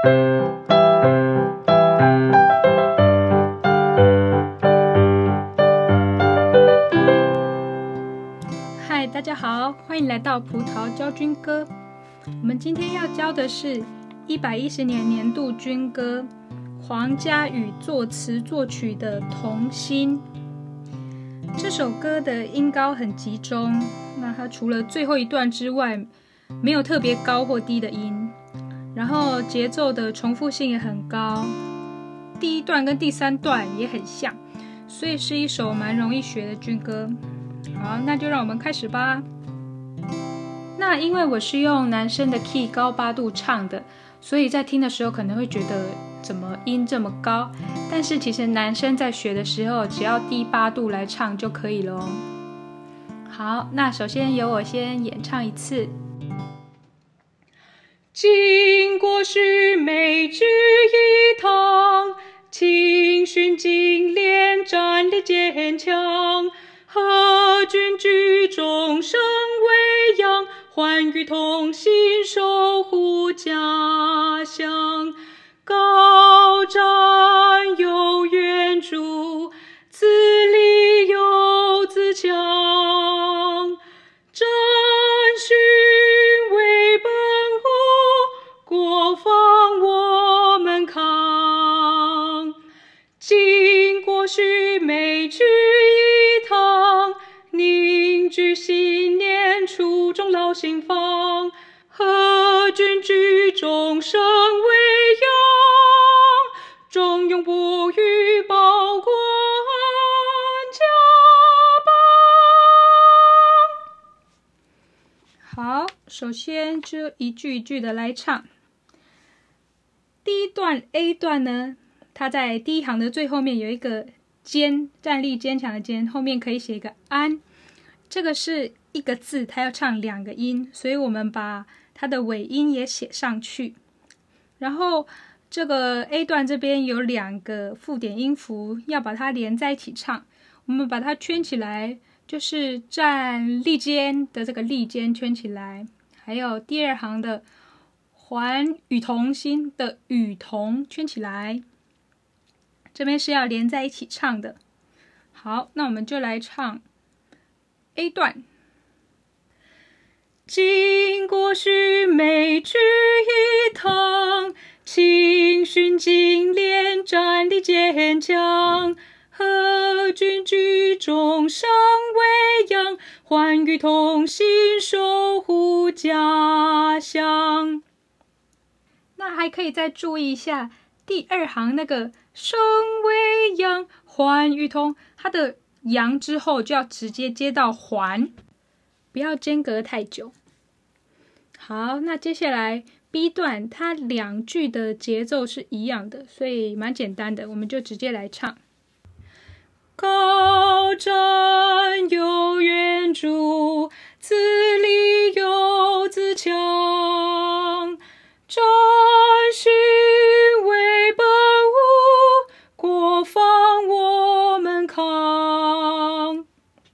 嗨，大家好，欢迎来到葡萄教军歌。我们今天要教的是110年年度军歌，黄家宇作词作曲的《同心》。这首歌的音高很集中，那它除了最后一段之外，没有特别高或低的音，然后节奏的重复性也很高，第一段跟第三段也很像，所以是一首蛮容易学的军歌。好，那就让我们开始吧。那因为我是用男生的 key 高8度唱的，所以在听的时候可能会觉得怎么音这么高，但是其实男生在学的时候只要低8度来唱就可以了哦。好，那首先由我先演唱一次。经过许美之一堂，青训精炼，战力坚强，和军举重声威扬，欢愉同心，守护家乡。高瞻有远瞩，自立有自强，战训为本务，国防我们扛。经过许美之一堂，凝聚信念，初衷牢心放，和军举重声威扬，忠勇不渝，报国安家邦。好，首先就一句一句的来唱。第一段 A 段呢，它在第一行的最后面有一个坚，站立坚强的坚，后面可以写一个安，这个是一个字，它要唱2个音，所以我们把它的尾音也写上去。然后这个 A 段这边有2个附点音符，要把它连在一起唱，我们把它圈起来，就是站立坚的这个立坚圈起来，还有第2行的还与同心的与同圈起来，这边是要连在一起唱的。好，那我们就来唱 A 段。经过许美之一堂，青训精炼，战力坚强，和军举重声威扬，欢愉同心，守护家乡。那还可以再注意一下第2行那个声威扬，欢愉同，它的扬之后就要直接接到还，不要间隔太久。好，那接下来 B 段它2句的节奏是一样的，所以蛮简单的，我们就直接来唱。高瞻有远瞩，自立有自强，战训为本务，国防我们扛。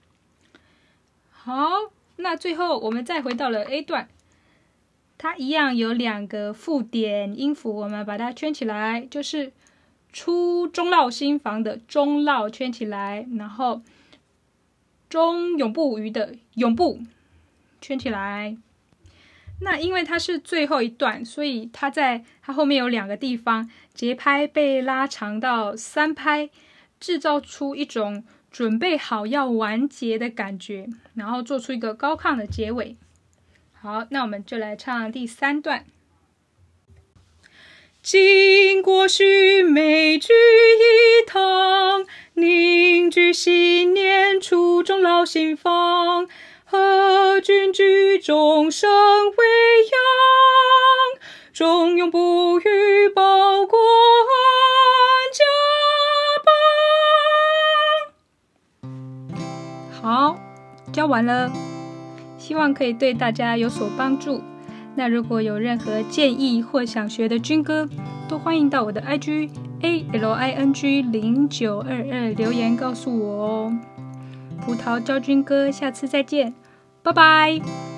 好，那最后我们再回到了 A 段，它一样有2个附点音符，我们把它圈起来，就是出忠牢心防的忠牢圈起来，然后忠永不渝的永不圈起来。那因为它是最后一段，所以它后面有2个地方节拍被拉长到3拍，制造出一种准备好要完结的感觉，然后做出一个高亢的结尾。好，那我们就来唱第3段。经过许美之一堂，凝聚信念，初衷牢心放，和军举重声威扬，忠勇不渝，报国安家邦。好，教完了，希望可以对大家有所帮助。那如果有任何建议或想学的军歌，都欢迎到我的 IG ALING0922留言告诉我哦。葡萄教军歌，下次再见，拜拜。